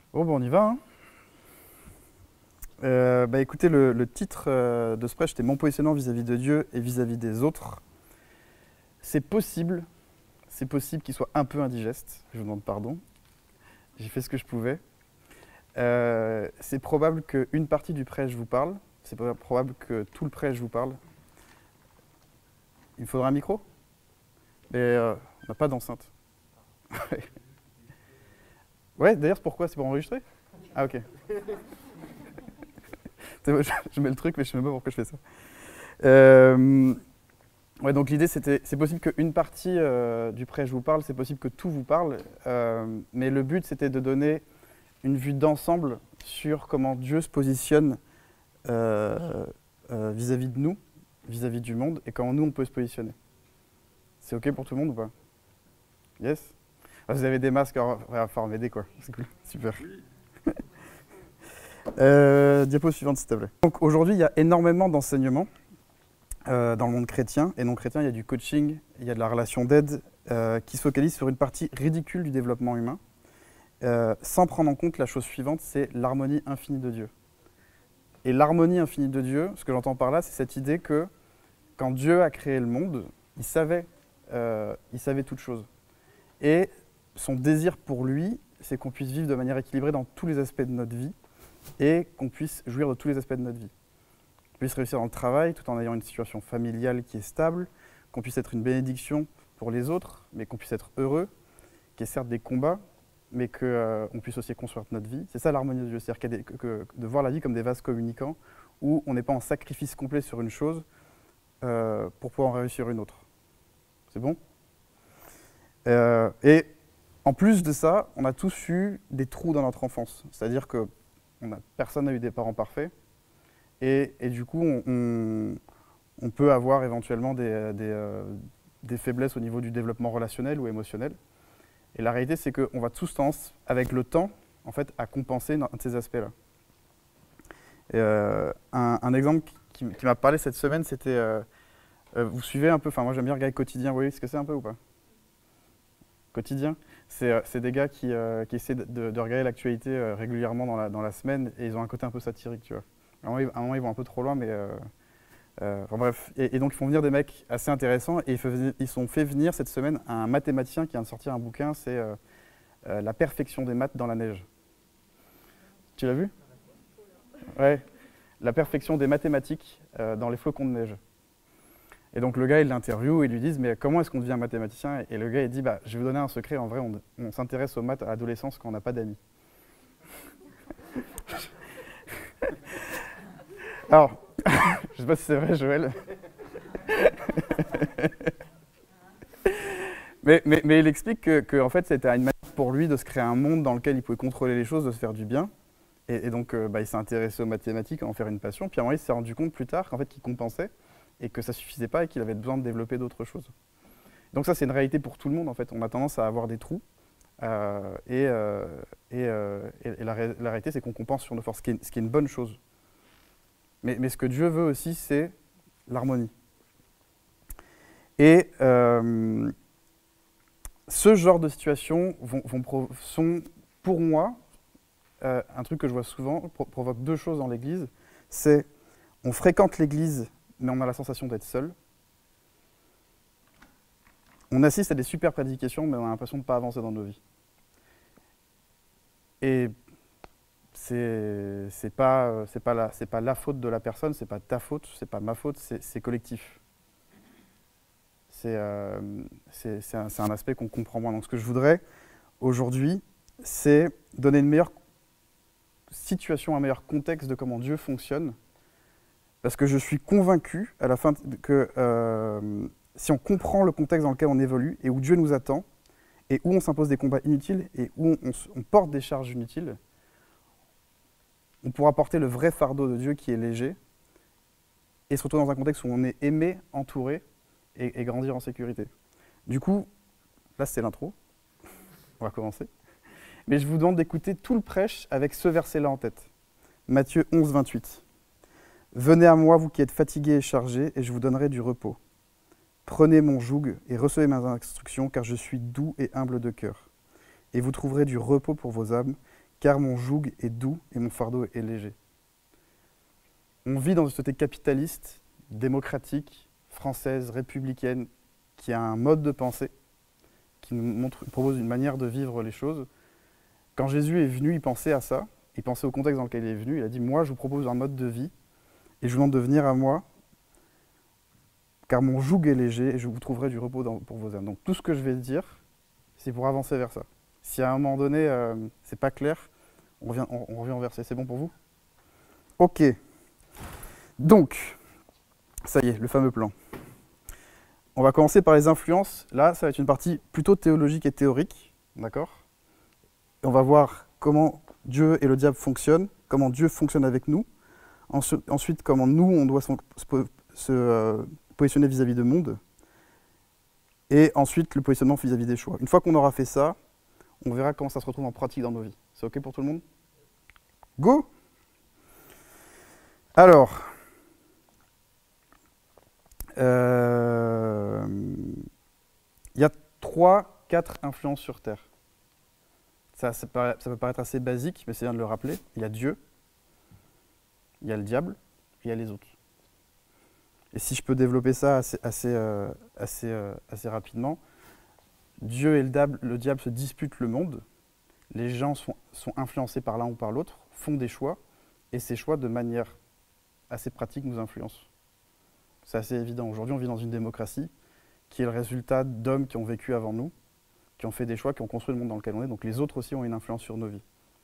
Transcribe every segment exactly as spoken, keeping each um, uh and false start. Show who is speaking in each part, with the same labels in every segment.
Speaker 1: Bon, bon, on y va, hein. Euh, bah, écoutez, le, le titre euh, de ce prêche, c'était Mon positionnement vis-à-vis de Dieu et vis-à-vis des autres. C'est possible, c'est possible qu'il soit un peu indigeste, je vous demande pardon. J'ai fait ce que je pouvais. Euh, c'est probable qu'une partie du prêche vous parle, c'est probable que tout le prêche vous parle. Il me faudra un micro, mais euh, on n'a pas d'enceinte. Ouais, d'ailleurs, pourquoi? C'est pour enregistrer? Ah, ok. je, je mets le truc, mais je ne sais même pas pourquoi je fais ça. Euh, Ouais, donc l'idée, c'était, c'est possible qu'une partie euh, du prêche vous parle, c'est possible que tout vous parle, euh, mais le but, c'était de donner une vue d'ensemble sur comment Dieu se positionne euh, euh, vis-à-vis de nous, vis-à-vis du monde, et comment nous, on peut se positionner. C'est OK pour tout le monde ou pas? Yes? Ah, vous avez des masques, alors il va falloir m'aider, quoi. C'est cool, super. Euh, diapo suivante, s'il te plaît. Donc aujourd'hui, il y a énormément d'enseignements. Euh, dans le monde chrétien et non chrétien, il y a du coaching, il y a de la relation d'aide euh, qui se focalise sur une partie ridicule du développement humain, euh, sans prendre en compte la chose suivante, c'est l'harmonie infinie de Dieu. Et l'harmonie infinie de Dieu, ce que j'entends par là, c'est cette idée que quand Dieu a créé le monde, il savait, euh, il savait toutes choses. Et son désir pour lui, c'est qu'on puisse vivre de manière équilibrée dans tous les aspects de notre vie et qu'on puisse jouir de tous les aspects de notre vie. Qu'on puisse réussir dans le travail tout en ayant une situation familiale qui est stable, qu'on puisse être une bénédiction pour les autres, mais qu'on puisse être heureux, qu'il y ait certes des combats, mais qu'on euh, puisse aussi construire notre vie. C'est ça l'harmonie de Dieu, c'est-à-dire que, que, de voir la vie comme des vases communicants, où on n'est pas en sacrifice complet sur une chose euh, pour pouvoir en réussir une autre. C'est bon? euh, Et en plus de ça, on a tous eu des trous dans notre enfance, c'est-à-dire que on a, personne n'a eu des parents parfaits, Et, et, du coup, on, on, on peut avoir éventuellement des, des, euh, des faiblesses au niveau du développement relationnel ou émotionnel. Et la réalité, c'est qu'on va tous tendance, avec le temps, en fait, à compenser un de ces aspects-là. Euh, un, un exemple qui, qui m'a parlé cette semaine, c'était, euh, euh, vous suivez un peu, enfin moi j'aime bien regarder Quotidien, vous voyez ce que c'est un peu ou pas? Quotidien, c'est euh, des gars qui, euh, qui essaient de, de regarder l'actualité euh, régulièrement dans la, dans la semaine, et ils ont un côté un peu satirique, tu vois. À un moment, ils, à un moment, ils vont un peu trop loin, mais... Euh, euh, enfin bref. Et, et donc, ils font venir des mecs assez intéressants, et ils, ils sont fait venir cette semaine un mathématicien qui vient de sortir un bouquin, c'est euh, euh, La perfection des maths dans la neige. Tu l'as vu? Ouais. La perfection des mathématiques euh, dans les flocons de neige. Et donc, le gars, il l'interviewe, et ils lui disent, mais comment est-ce qu'on devient mathématicien? Et le gars, il dit, bah, je vais vous donner un secret, en vrai, on, on s'intéresse aux maths à l'adolescence quand on n'a pas d'amis. Alors, je sais pas si c'est vrai, Joël. mais, mais, mais il explique que, que en fait, c'était une manière pour lui de se créer un monde dans lequel il pouvait contrôler les choses, de se faire du bien. Et, et donc, euh, bah, il s'est intéressé aux mathématiques, à en faire une passion. Puis à un moment, il s'est rendu compte plus tard qu'en fait, qu'il compensait et que ça suffisait pas et qu'il avait besoin de développer d'autres choses. Donc ça, c'est une réalité pour tout le monde. En fait, on a tendance à avoir des trous. Euh, et, euh, et, euh, et la, ré la réalité, c'est qu'on compense sur nos forces, ce qui est, ce qui est une bonne chose. Mais, mais ce que Dieu veut aussi, c'est l'harmonie. Et euh, ce genre de situations vont, vont sont, pour moi, euh, un truc que je vois souvent, pro provoque deux choses dans l'Église. C'est, on fréquente l'Église, mais on a la sensation d'être seul. On assiste à des super prédications, mais on a l'impression de ne pas avancer dans nos vies. Et c'est pas, pas, la, pas la faute de la personne, c'est pas ta faute, c'est pas ma faute, c'est collectif. C'est euh, un, un aspect qu'on comprend moins. Donc ce que je voudrais aujourd'hui, c'est donner une meilleure situation, un meilleur contexte de comment Dieu fonctionne, parce que je suis convaincu à la fin que euh, si on comprend le contexte dans lequel on évolue et où Dieu nous attend, et où on s'impose des combats inutiles et où on, on, on porte des charges inutiles, on pourra porter le vrai fardeau de Dieu qui est léger et se retrouver dans un contexte où on est aimé, entouré et, et grandir en sécurité. Du coup, là c'est l'intro, on va commencer. Mais je vous demande d'écouter tout le prêche avec ce verset-là en tête. Matthieu onze, vingt-huit. « Venez à moi, vous qui êtes fatigués et chargés, et je vous donnerai du repos. Prenez mon joug et recevez mes instructions, car je suis doux et humble de cœur. Et vous trouverez du repos pour vos âmes, car mon joug est doux et mon fardeau est léger. On vit dans une société capitaliste, démocratique, française, républicaine, qui a un mode de pensée, qui nous montre, propose une manière de vivre les choses. Quand Jésus est venu, il pensait à ça, il pensait au contexte dans lequel il est venu, il a dit « Moi, je vous propose un mode de vie, et je vous demande de venir à moi, car mon joug est léger, et je vous trouverai du repos dans, pour vos âmes. » Donc tout ce que je vais dire, c'est pour avancer vers ça. Si à un moment donné, euh, c'est pas clair, on revient, on, on revient au verset. C'est bon pour vous? Ok. Donc, ça y est, le fameux plan. On va commencer par les influences. Là, ça va être une partie plutôt théologique et théorique, d'accord? Et on va voir comment Dieu et le diable fonctionnent, comment Dieu fonctionne avec nous, ensuite, ensuite comment nous, on doit se, se euh, positionner vis-à-vis du monde, et ensuite le positionnement vis-à-vis des choix. Une fois qu'on aura fait ça, on verra comment ça se retrouve en pratique dans nos vies. C'est ok pour tout le monde? Go! Alors, euh, il y a trois, quatre influences sur Terre. Ça, ça, paraît, ça peut paraître assez basique, mais c'est bien de le rappeler. Il y a Dieu, il y a le diable, et il y a les autres. Et si je peux développer ça assez, assez, euh, assez, euh, assez rapidement, Dieu et le diable, le diable se disputent le monde, les gens sont, sont influencés par l'un ou par l'autre, font des choix, et ces choix, de manière assez pratique, nous influencent. C'est assez évident. Aujourd'hui, on vit dans une démocratie qui est le résultat d'hommes qui ont vécu avant nous, qui ont fait des choix, qui ont construit le monde dans lequel on est, donc les autres aussi ont une influence sur nos vies.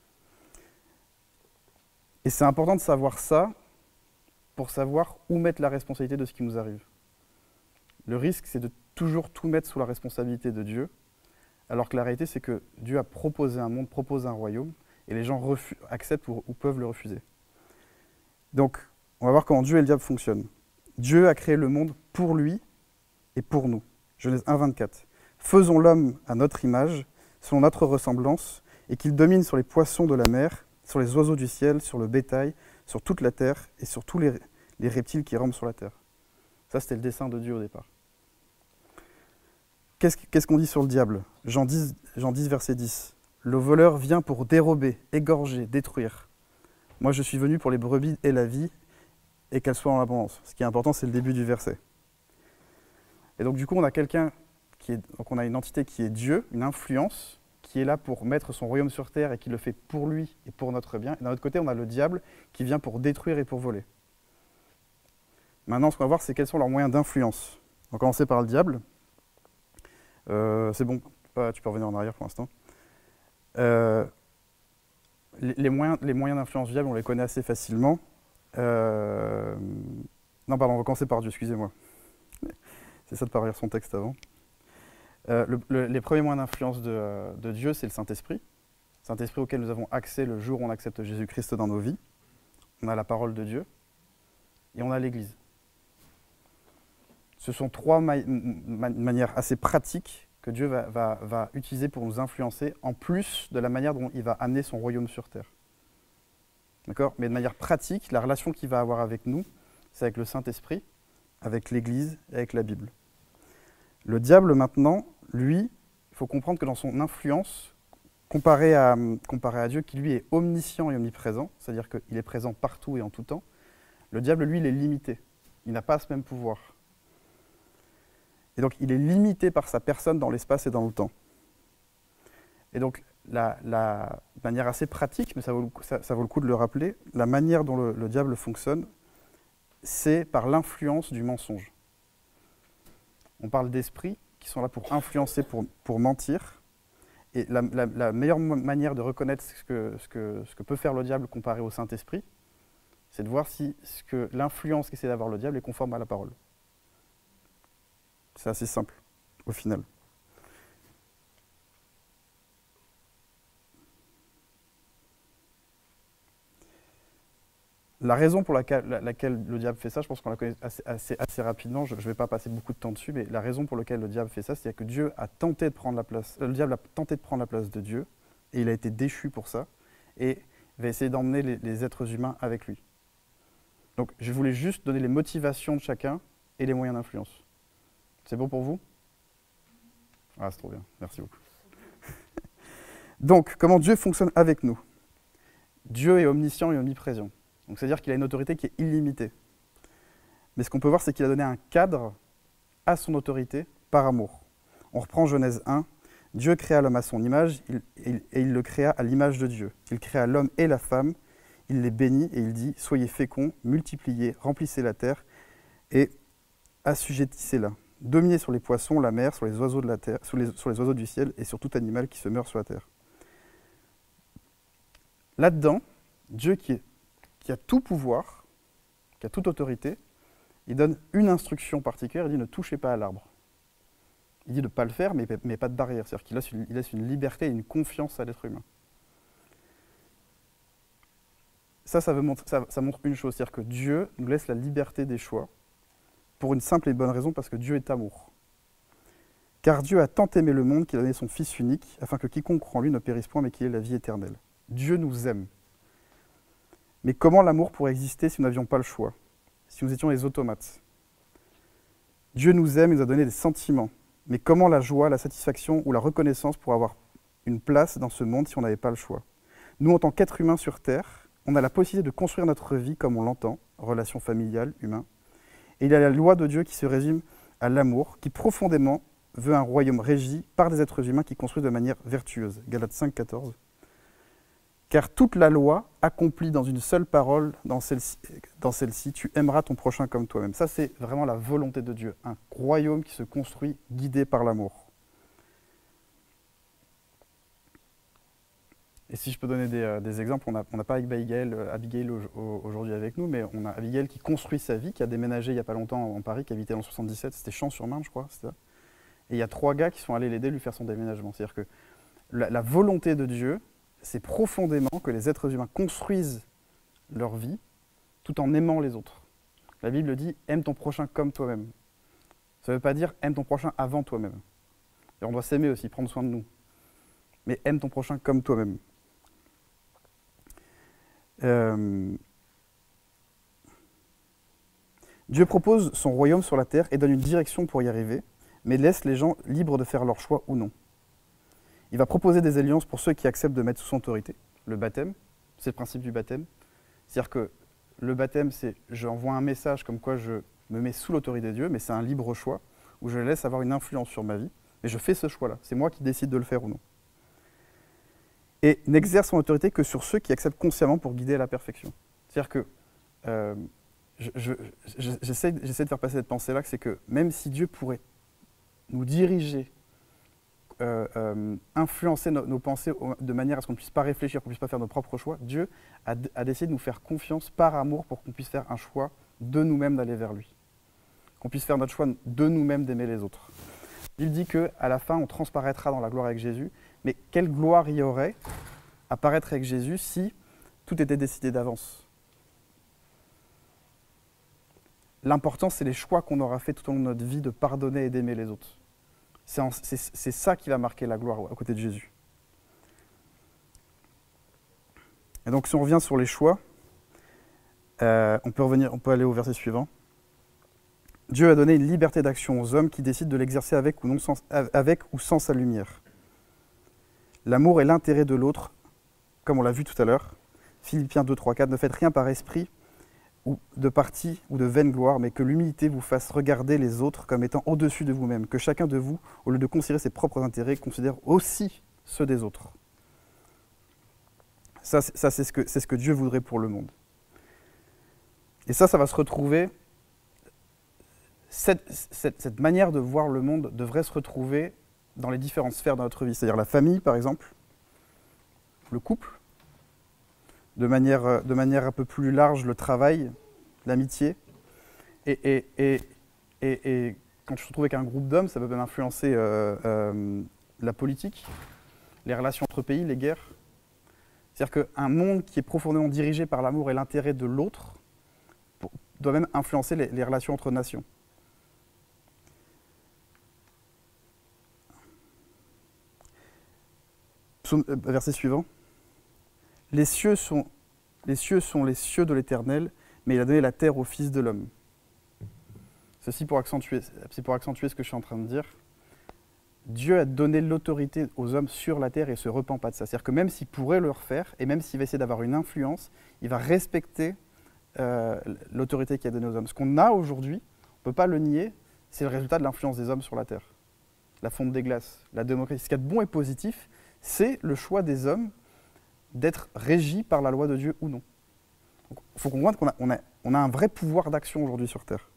Speaker 1: Et c'est important de savoir ça pour savoir où mettre la responsabilité de ce qui nous arrive. Le risque, c'est de toujours tout mettre sous la responsabilité de Dieu, alors que la réalité, c'est que Dieu a proposé un monde, propose un royaume, et les gens acceptent ou, ou peuvent le refuser. Donc, on va voir comment Dieu et le diable fonctionnent. Dieu a créé le monde pour lui et pour nous. Genèse un, vingt-quatre. Faisons l'homme à notre image, selon notre ressemblance, et qu'il domine sur les poissons de la mer, sur les oiseaux du ciel, sur le bétail, sur toute la terre et sur tous les, les reptiles qui rampent sur la terre. Ça, c'était le dessein de Dieu au départ. Qu'est-ce, qu'est-ce qu'on dit sur le diable? Jean dix, Jean dix, verset dix. Le voleur vient pour dérober, égorger, détruire. Moi, je suis venu pour les brebis et la vie, et qu'elles soient en abondance. Ce qui est important, c'est le début du verset. Et donc, du coup, on a quelqu'un qui est, donc on a une entité qui est Dieu, une influence, qui est là pour mettre son royaume sur terre et qui le fait pour lui et pour notre bien. Et d'un autre côté, on a le diable qui vient pour détruire et pour voler. Maintenant, ce qu'on va voir, c'est quels sont leurs moyens d'influence. On va commencer par le diable. Euh, c'est bon, tu peux revenir en arrière pour l'instant. Euh, les, les moyens, les moyens d'influence du diable, on les connaît assez facilement. Euh, non, pardon, on va commencer par Dieu, excusez-moi. C'est ça de pas lire son texte avant. Euh, le, le, les premiers moyens d'influence de, euh, de Dieu, c'est le Saint-Esprit. Saint-Esprit auquel nous avons accès le jour où on accepte Jésus-Christ dans nos vies. On a la parole de Dieu et on a l'Église. Ce sont trois ma ma manières assez pratiques que Dieu va, va, va utiliser pour nous influencer, en plus de la manière dont il va amener son royaume sur terre. D'accord? Mais de manière pratique, la relation qu'il va avoir avec nous, c'est avec le Saint-Esprit, avec l'Église et avec la Bible. Le diable, maintenant, lui, il faut comprendre que dans son influence, comparé à, comparé à Dieu, qui lui est omniscient et omniprésent, c'est-à-dire qu'il est présent partout et en tout temps, le diable, lui, il est limité. Il n'a pas ce même pouvoir. Et donc, il est limité par sa personne dans l'espace et dans le temps. Et donc, la, la manière assez pratique, mais ça vaut, le, ça, ça vaut le coup de le rappeler, la manière dont le, le diable fonctionne, c'est par l'influence du mensonge. On parle d'esprits qui sont là pour influencer, pour, pour mentir. Et la, la, la meilleure manière de reconnaître ce que, ce, que, ce que peut faire le diable comparé au Saint-Esprit, c'est de voir si ce que l'influence qu'essaie d'avoir le diable est conforme à la parole. C'est assez simple, au final. La raison pour laquelle, la, laquelle le diable fait ça, je pense qu'on la connaît assez, assez, assez rapidement, je ne vais pas passer beaucoup de temps dessus, mais la raison pour laquelle le diable fait ça, c'est que Dieu a tenté de prendre la place, le diable a tenté de prendre la place de Dieu, et il a été déchu pour ça, et va essayer d'emmener les, les êtres humains avec lui. Donc je voulais juste donner les motivations de chacun et les moyens d'influence. C'est bon pour vous? Ah, c'est trop bien, merci beaucoup. Donc, comment Dieu fonctionne avec nous? Dieu est omniscient et omniprésent. Donc c'est-à-dire qu'il a une autorité qui est illimitée. Mais ce qu'on peut voir, c'est qu'il a donné un cadre à son autorité par amour. On reprend Genèse un. Dieu créa l'homme à son image il, il, et il le créa à l'image de Dieu. Il créa l'homme et la femme, il les bénit et il dit « Soyez féconds, multipliez, remplissez la terre et assujettissez-la. Dominez sur les poissons, la mer, sur les oiseaux de la terre, sur les, sur les oiseaux du ciel et sur tout animal qui se meurt sur la terre. » Là-dedans, Dieu qui, est, qui a tout pouvoir, qui a toute autorité, il donne une instruction particulière, il dit « Ne touchez pas à l'arbre ». Il dit de ne pas le faire, mais, mais pas de barrière. C'est-à-dire qu'il laisse une, il laisse une liberté et une confiance à l'être humain. Ça, ça, veut montrer, ça, ça montre une chose, c'est-à-dire que Dieu nous laisse la liberté des choix pour une simple et bonne raison, parce que Dieu est amour. Car Dieu a tant aimé le monde qu'il a donné son Fils unique, afin que quiconque croit en lui ne périsse point, mais qu'il ait la vie éternelle. Dieu nous aime. Mais comment l'amour pourrait exister si nous n'avions pas le choix, si nous étions les automates? Dieu nous aime et nous a donné des sentiments. Mais comment la joie, la satisfaction ou la reconnaissance pourraient avoir une place dans ce monde si on n'avait pas le choix? Nous, en tant qu'êtres humains sur Terre, on a la possibilité de construire notre vie comme on l'entend, relations familiales, humains. Et il y a la loi de Dieu qui se résume à l'amour, qui profondément veut un royaume régi par des êtres humains qui construisent de manière vertueuse. Galates cinq, quatorze. Car toute la loi accomplie dans une seule parole, dans celle-ci, dans celle-ci, tu aimeras ton prochain comme toi-même. Ça, c'est vraiment la volonté de Dieu, un royaume qui se construit guidé par l'amour. Et si je peux donner des, euh, des exemples, on n'a on n'a pas Abigail, euh, Abigail au, au, aujourd'hui avec nous, mais on a Abigail qui construit sa vie, qui a déménagé il n'y a pas longtemps en Paris, qui habitait en soixante-dix-sept, c'était Champs-sur-Marne, je crois. C'était ça. Et il y a trois gars qui sont allés l'aider à lui faire son déménagement. C'est-à-dire que la, la volonté de Dieu, c'est profondément que les êtres humains construisent leur vie tout en aimant les autres. La Bible dit « aime ton prochain comme toi-même ». Ça ne veut pas dire « aime ton prochain avant toi-même ». On doit s'aimer aussi, prendre soin de nous. Mais aime ton prochain comme toi-même. Euh... Dieu propose son royaume sur la terre et donne une direction pour y arriver, mais laisse les gens libres de faire leur choix ou non. Il va proposer des alliances pour ceux qui acceptent de mettre sous son autorité. Le baptême, c'est le principe du baptême. C'est-à-dire que le baptême, c'est j'envoie un message comme quoi je me mets sous l'autorité de Dieu, mais c'est un libre choix où je laisse avoir une influence sur ma vie. Mais je fais ce choix-là. C'est moi qui décide de le faire ou non. Et n'exerce son autorité que sur ceux qui acceptent consciemment pour guider à la perfection. C'est-à-dire que euh, je, je, je, j'essaie, j'essaie de faire passer cette pensée-là, que c'est que même si Dieu pourrait nous diriger, Euh, euh, influencer no, nos pensées de manière à ce qu'on ne puisse pas réfléchir, qu'on ne puisse pas faire nos propres choix, Dieu a, a décidé de nous faire confiance par amour pour qu'on puisse faire un choix de nous-mêmes d'aller vers lui. Qu'on puisse faire notre choix de nous-mêmes d'aimer les autres. Il dit qu'à la fin, on transparaîtra dans la gloire avec Jésus, mais quelle gloire il y aurait à paraître avec Jésus si tout était décidé d'avance? L'important, c'est les choix qu'on aura fait tout au long de notre vie de pardonner et d'aimer les autres. C'est, en, c'est, c'est ça qui va marquer la gloire à côté de Jésus. Et donc, si on revient sur les choix, euh, on peut revenir, on peut aller au verset suivant. Dieu a donné une liberté d'action aux hommes qui décident de l'exercer avec ou, non sans, avec ou sans sa lumière. L'amour est l'intérêt de l'autre, comme on l'a vu tout à l'heure. Philippiens deux, trois, quatre, ne faites rien par esprit ou de parti ou de vaine gloire, mais que l'humilité vous fasse regarder les autres comme étant au-dessus de vous-même, que chacun de vous, au lieu de considérer ses propres intérêts, considère aussi ceux des autres. Ça, c'est, ça, c'est, ce que, c'est ce que Dieu voudrait pour le monde. Et ça, ça va se retrouver, cette, cette, cette manière de voir le monde devrait se retrouver dans les différentes sphères de notre vie, c'est-à-dire la famille, par exemple, le couple, de manière, de manière un peu plus large, le travail, l'amitié. Et, et, et, et, et quand je me retrouve avec un groupe d'hommes, ça peut même influencer euh, euh, la politique, les relations entre pays, les guerres. C'est-à-dire qu'un monde qui est profondément dirigé par l'amour et l'intérêt de l'autre doit même influencer les, les relations entre nations. Verset suivant. Les cieux, sont, les cieux sont les cieux de l'Éternel, mais il a donné la terre au Fils de l'homme. Ceci pour accentuer, c'est pour accentuer ce que je suis en train de dire. Dieu a donné l'autorité aux hommes sur la terre et ne se repent pas de ça. C'est-à-dire que même s'il pourrait le refaire, et même s'il va essayer d'avoir une influence, il va respecter euh, l'autorité qu'il a donnée aux hommes. Ce qu'on a aujourd'hui, on ne peut pas le nier, c'est le résultat de l'influence des hommes sur la terre. La fonte des glaces, la démocratie. Ce qu'il y a de bon et positif, c'est le choix des hommes d'être régis par la loi de Dieu ou non. Il faut comprendre qu'on a, on a, on a un vrai pouvoir d'action aujourd'hui sur Terre.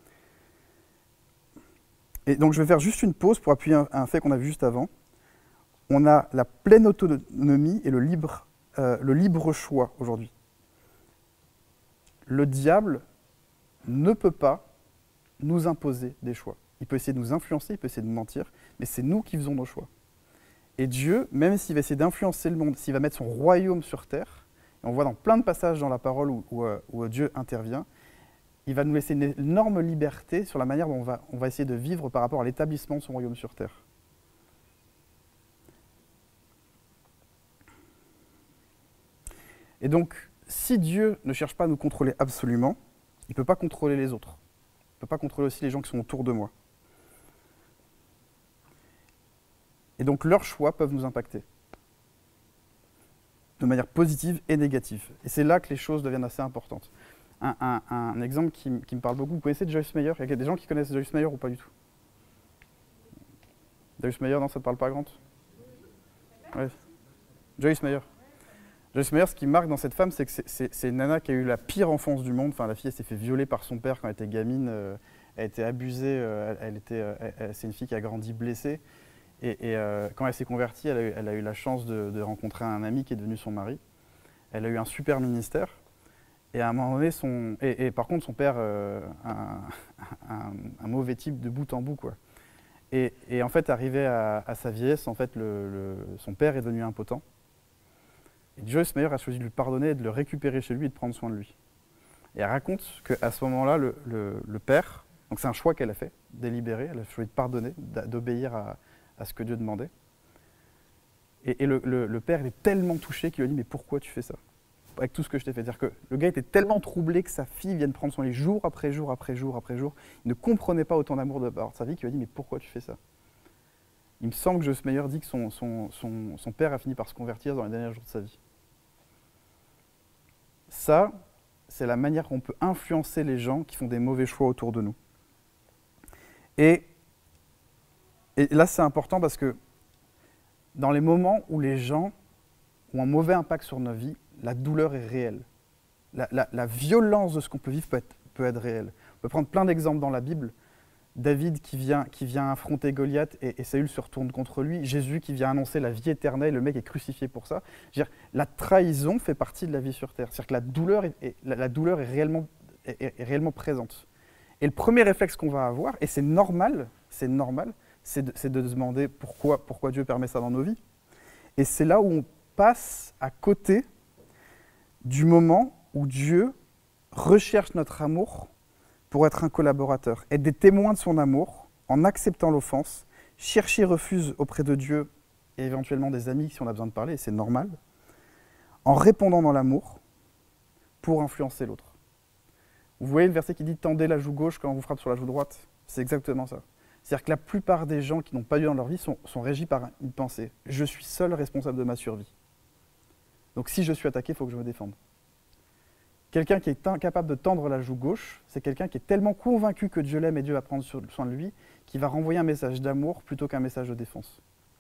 Speaker 1: Et donc je vais faire juste une pause pour appuyer un, un fait qu'on a vu juste avant. On a la pleine autonomie et le libre, euh, le libre choix aujourd'hui. Le diable ne peut pas nous imposer des choix. Il peut essayer de nous influencer, il peut essayer de nous mentir, mais c'est nous qui faisons nos choix. Et Dieu, même s'il va essayer d'influencer le monde, s'il va mettre son royaume sur terre, et on voit dans plein de passages dans la parole où, où, où Dieu intervient, il va nous laisser une énorme liberté sur la manière dont on va, on va essayer de vivre par rapport à l'établissement de son royaume sur terre. Et donc, si Dieu ne cherche pas à nous contrôler absolument, il ne peut pas contrôler les autres. Il ne peut pas contrôler aussi les gens qui sont autour de moi. Et donc, leurs choix peuvent nous impacter de manière positive et négative. Et c'est là que les choses deviennent assez importantes. Un, un, un exemple qui, qui me parle beaucoup, vous connaissez Joyce Meyer? Il y a des gens qui connaissent Joyce Meyer ou pas du tout? Joyce Meyer, non, ça ne te parle pas, Grant? Ouais. Joyce Meyer. Joyce Meyer, ce qui marque dans cette femme, c'est que c'est une nana qui a eu la pire enfance du monde. Enfin, la fille, elle s'est fait violer par son père quand elle était gamine. Euh, elle a été abusée. Euh, elle était, euh, c'est une fille qui a grandi blessée. Et, et euh, quand elle s'est convertie, elle a, eu, elle a eu la chance de, de rencontrer un ami qui est devenu son mari. Elle a eu un super ministère. Et à un moment donné, son, et, et par contre, son père, euh, un, un, un mauvais type de bout en bout, quoi. Et, et en fait, arrivé à, à sa vieillesse, en fait, le, le, son père est devenu impotent. Et Joyce Meyer a choisi de lui pardonner, et de le récupérer chez lui et de prendre soin de lui. Et elle raconte qu'à ce moment-là, le, le, le père, donc c'est un choix qu'elle a fait, délibéré, elle a choisi de pardonner, d'obéir à, à ce que Dieu demandait. Et, et le, le, le père est tellement touché qu'il lui a dit « Mais pourquoi tu fais ça ?» Avec tout ce que je t'ai fait. C'est-à-dire que le gars était tellement troublé que sa fille vienne prendre soin de lui jour après jour, après jour, après jour. Il ne comprenait pas autant d'amour de part de sa vie qu'il lui a dit « Mais pourquoi tu fais ça ?» Il me semble que Joyce Meyer dit que son, son, son, son père a fini par se convertir dans les derniers jours de sa vie. Ça, c'est la manière qu'on peut influencer les gens qui font des mauvais choix autour de nous. Et, et là, c'est important parce que dans les moments où les gens ont un mauvais impact sur nos vies, la douleur est réelle. La, la, la violence de ce qu'on peut vivre peut être, peut être réelle. On peut prendre plein d'exemples dans la Bible. David qui vient, qui vient affronter Goliath et, et Saül se retourne contre lui. Jésus qui vient annoncer la vie éternelle, le mec est crucifié pour ça. Je veux dire, la trahison fait partie de la vie sur Terre. C'est-à-dire que la douleur est, est, la, la douleur est, réellement, est, est réellement présente. Et le premier réflexe qu'on va avoir, et c'est normal, c'est normal, c'est de, de se demander pourquoi, pourquoi Dieu permet ça dans nos vies. Et c'est là où on passe à côté du moment où Dieu recherche notre amour pour être un collaborateur, être des témoins de son amour en acceptant l'offense, chercher refuge auprès de Dieu et éventuellement des amis si on a besoin de parler, et c'est normal, en répondant dans l'amour pour influencer l'autre. Vous voyez le verset qui dit « Tendez la joue gauche quand on vous frappe sur la joue droite », c'est exactement ça. C'est-à-dire que la plupart des gens qui n'ont pas Dieu dans leur vie sont, sont régis par une pensée « Je suis seul responsable de ma survie ». Donc si je suis attaqué, il faut que je me défende. Quelqu'un qui est incapable de tendre la joue gauche, c'est quelqu'un qui est tellement convaincu que Dieu l'aime et Dieu va prendre soin de lui, qu'il va renvoyer un message d'amour plutôt qu'un message de défense.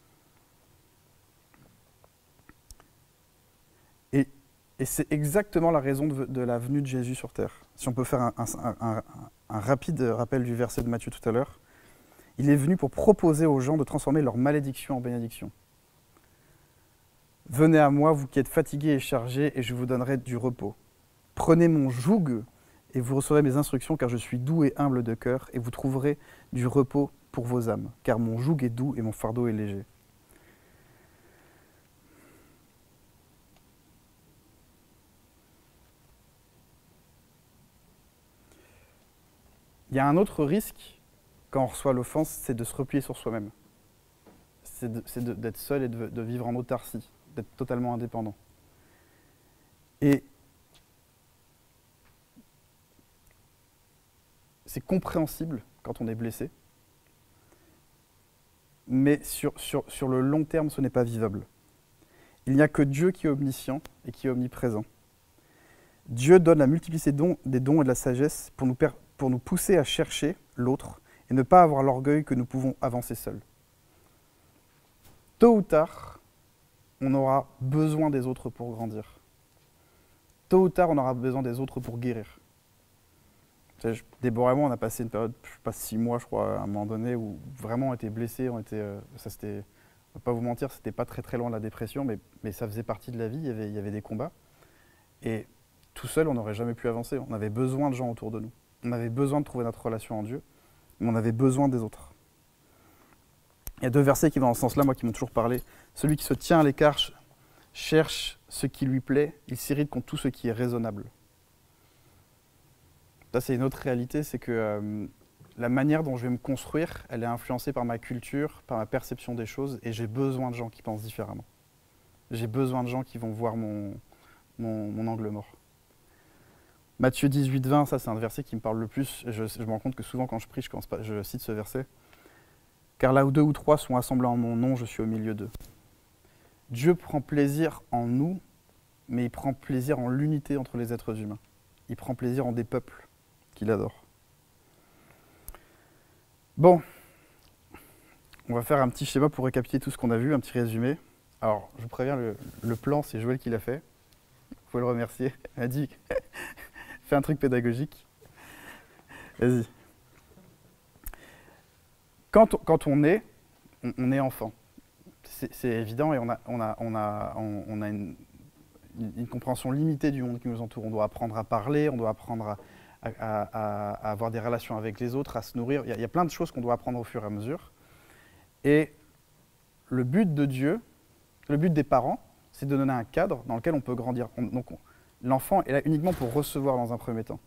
Speaker 1: Et, et c'est exactement la raison de, de la venue de Jésus sur terre. Si on peut faire un, un, un, un rapide rappel du verset de Matthieu tout à l'heure, il est venu pour proposer aux gens de transformer leur malédiction en bénédiction. « Venez à moi, vous qui êtes fatigués et chargés, et je vous donnerai du repos. Prenez mon joug et vous recevrez mes instructions, car je suis doux et humble de cœur, et vous trouverez du repos pour vos âmes, car mon joug est doux et mon fardeau est léger. » Il y a un autre risque quand on reçoit l'offense, c'est de se replier sur soi-même. C'est d'être seul et de, de vivre en autarcie, d'être totalement indépendant. Et c'est compréhensible quand on est blessé. mais sur, sur, sur le long terme, ce n'est pas vivable. Il n'y a que Dieu qui est omniscient et qui est omniprésent. Dieu donne la multiplicité des dons, des dons et de la sagesse pour nous, pour nous pousser à chercher l'autre et ne pas avoir l'orgueil que nous pouvons avancer seuls. Tôt ou tard, on aura besoin des autres pour grandir. Tôt ou tard, on aura besoin des autres pour guérir. Déborah et moi, on a passé une période, je sais pas, six mois, je crois, à un moment donné, où vraiment on était blessés, on était, euh, ça c'était, je ne vais pas vous mentir, c'était pas très très loin de la dépression, mais, mais ça faisait partie de la vie, il y avait, il y avait des combats. Et tout seul, on n'aurait jamais pu avancer. On avait besoin de gens autour de nous. On avait besoin de trouver notre relation en Dieu, mais on avait besoin des autres. Il y a deux versets qui vont dans ce sens-là, moi, qui m'ont toujours parlé. Celui qui se tient à l'écart cherche ce qui lui plaît, il s'irrite contre tout ce qui est raisonnable. Ça, c'est une autre réalité, c'est que euh, la manière dont je vais me construire, elle est influencée par ma culture, par ma perception des choses, et j'ai besoin de gens qui pensent différemment. J'ai besoin de gens qui vont voir mon, mon, mon angle mort. Matthieu dix-huit, vingt, ça c'est un verset qui me parle le plus. Je, je me rends compte que souvent quand je prie, je, commence pas, je cite ce verset. Car là où deux ou trois sont assemblés en mon nom, je suis au milieu d'eux. Dieu prend plaisir en nous, mais il prend plaisir en l'unité entre les êtres humains. Il prend plaisir en des peuples qu'il adore. Bon, on va faire un petit schéma pour récapituler tout ce qu'on a vu, un petit résumé. Alors, je vous préviens, le, le plan, c'est Joël qui l'a fait. Vous pouvez le remercier. Il a dit, fais un truc pédagogique. Vas-y. Quand on, quand on est, on, on est enfant. C'est évident et on a, on a, on a, on, on a une, une, une compréhension limitée du monde qui nous entoure. On doit apprendre à parler, on doit apprendre à, à, à, à avoir des relations avec les autres, à se nourrir. Il y a, il y a plein de choses qu'on doit apprendre au fur et à mesure. Et le but de Dieu, le but des parents, c'est de donner un cadre dans lequel on peut grandir. On, donc, l'enfant est là uniquement pour recevoir dans un premier temps.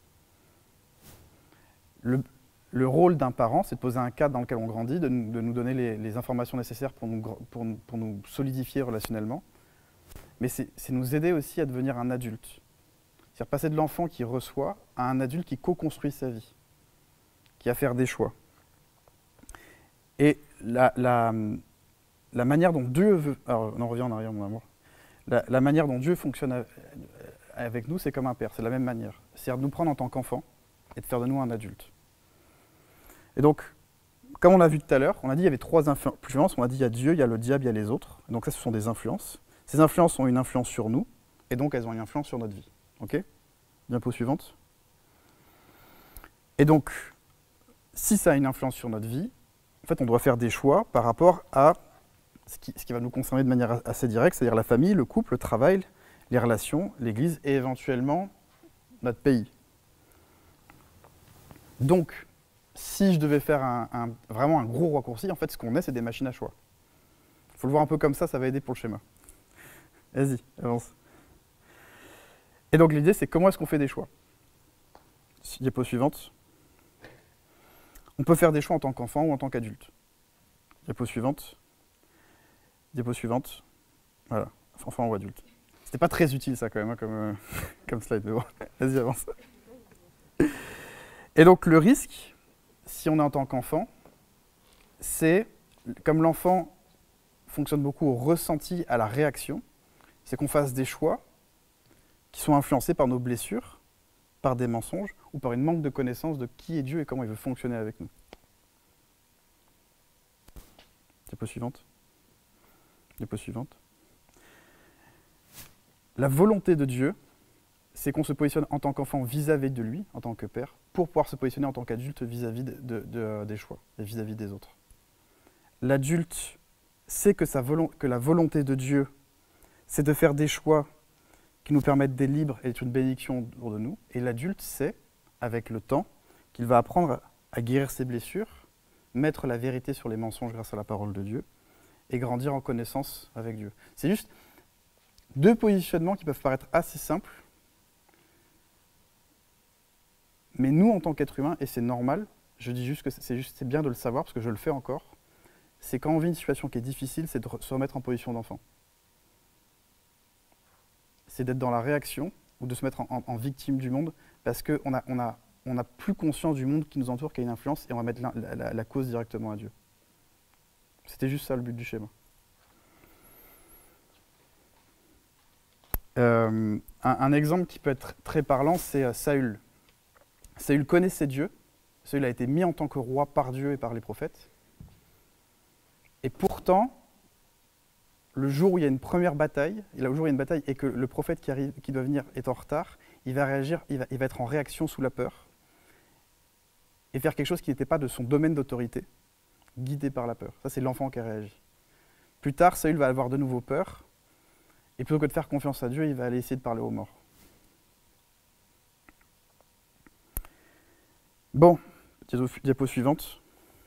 Speaker 1: Le, le rôle d'un parent, c'est de poser un cadre dans lequel on grandit, de, de nous donner les, les informations nécessaires pour nous, pour, pour nous solidifier relationnellement. Mais c'est nous aider aussi à devenir un adulte. C'est-à-dire passer de l'enfant qui reçoit à un adulte qui co-construit sa vie, qui a à faire des choix. Et la, la, la manière dont Dieu veut... Alors, on en revient en arrière, mon amour. La, la manière dont Dieu fonctionne avec nous, c'est comme un père, c'est la même manière. C'est-à-dire de nous prendre en tant qu'enfant et de faire de nous un adulte. Et donc, comme on l'a vu tout à l'heure, on a dit qu'il y avait trois influences. On a dit qu'il y a Dieu, il y a le diable, il y a les autres. Donc ça, ce sont des influences. Ces influences ont une influence sur nous, et donc elles ont une influence sur notre vie. Ok ? Diapo suivante. Et donc, si ça a une influence sur notre vie, en fait, on doit faire des choix par rapport à ce qui, ce qui va nous concerner de manière assez directe, c'est-à-dire la famille, le couple, le travail, les relations, l'Église et éventuellement notre pays. Donc, si je devais faire un, un, vraiment un gros raccourci, en fait, ce qu'on est, c'est des machines à choix. Il faut le voir un peu comme ça, ça va aider pour le schéma. Vas-y, avance. Et donc, l'idée, c'est comment est-ce qu'on fait des choix. Diapo suivante. On peut faire des choix en tant qu'enfant ou en tant qu'adulte. Diapo suivante. Diapo suivante. Voilà, enfant ou adulte. C'était pas très utile, ça, quand même, hein, comme, euh, comme slide, mais bon, vas-y, avance. Et donc, le risque, si on est en tant qu'enfant, c'est, comme l'enfant fonctionne beaucoup au ressenti, à la réaction, c'est qu'on fasse des choix qui sont influencés par nos blessures, par des mensonges, ou par une manque de connaissance de qui est Dieu et comment il veut fonctionner avec nous. Diapo suivante. Diapo suivante. La volonté de Dieu, c'est qu'on se positionne en tant qu'enfant vis-à-vis de lui, en tant que père, pour pouvoir se positionner en tant qu'adulte vis-à-vis de, de, de, des choix et vis-à-vis des autres. L'adulte sait que, sa volo- que la volonté de Dieu, c'est de faire des choix qui nous permettent d'être libres et d'être une bénédiction autour de nous. Et l'adulte sait, avec le temps, qu'il va apprendre à guérir ses blessures, mettre la vérité sur les mensonges grâce à la parole de Dieu, et grandir en connaissance avec Dieu. C'est juste deux positionnements qui peuvent paraître assez simples, mais nous, en tant qu'êtres humains, et c'est normal, je dis juste que c'est juste, c'est bien de le savoir, parce que je le fais encore, c'est quand on vit une situation qui est difficile, c'est de se remettre en position d'enfant. C'est d'être dans la réaction, ou de se mettre en, en, en victime du monde, parce qu'on a, on a, on a plus conscience du monde qui nous entoure, qui a une influence, et on va mettre la, la, la cause directement à Dieu. C'était juste ça le but du schéma. Euh, un, un exemple qui peut être très parlant, c'est euh, Saül. Saül connaissait Dieu. Saül a été mis en tant que roi par Dieu et par les prophètes. Et pourtant, le jour où il y a une première bataille, et le jour où il y a une bataille et que le prophète qui arrive, qui doit venir est en retard, il va réagir, il va, il va être en réaction sous la peur et faire quelque chose qui n'était pas de son domaine d'autorité, guidé par la peur. Ça, c'est l'enfant qui a réagi. Plus tard, Saül va avoir de nouveau peur, et plutôt que de faire confiance à Dieu, il va aller essayer de parler aux morts. Bon, diapo suivante.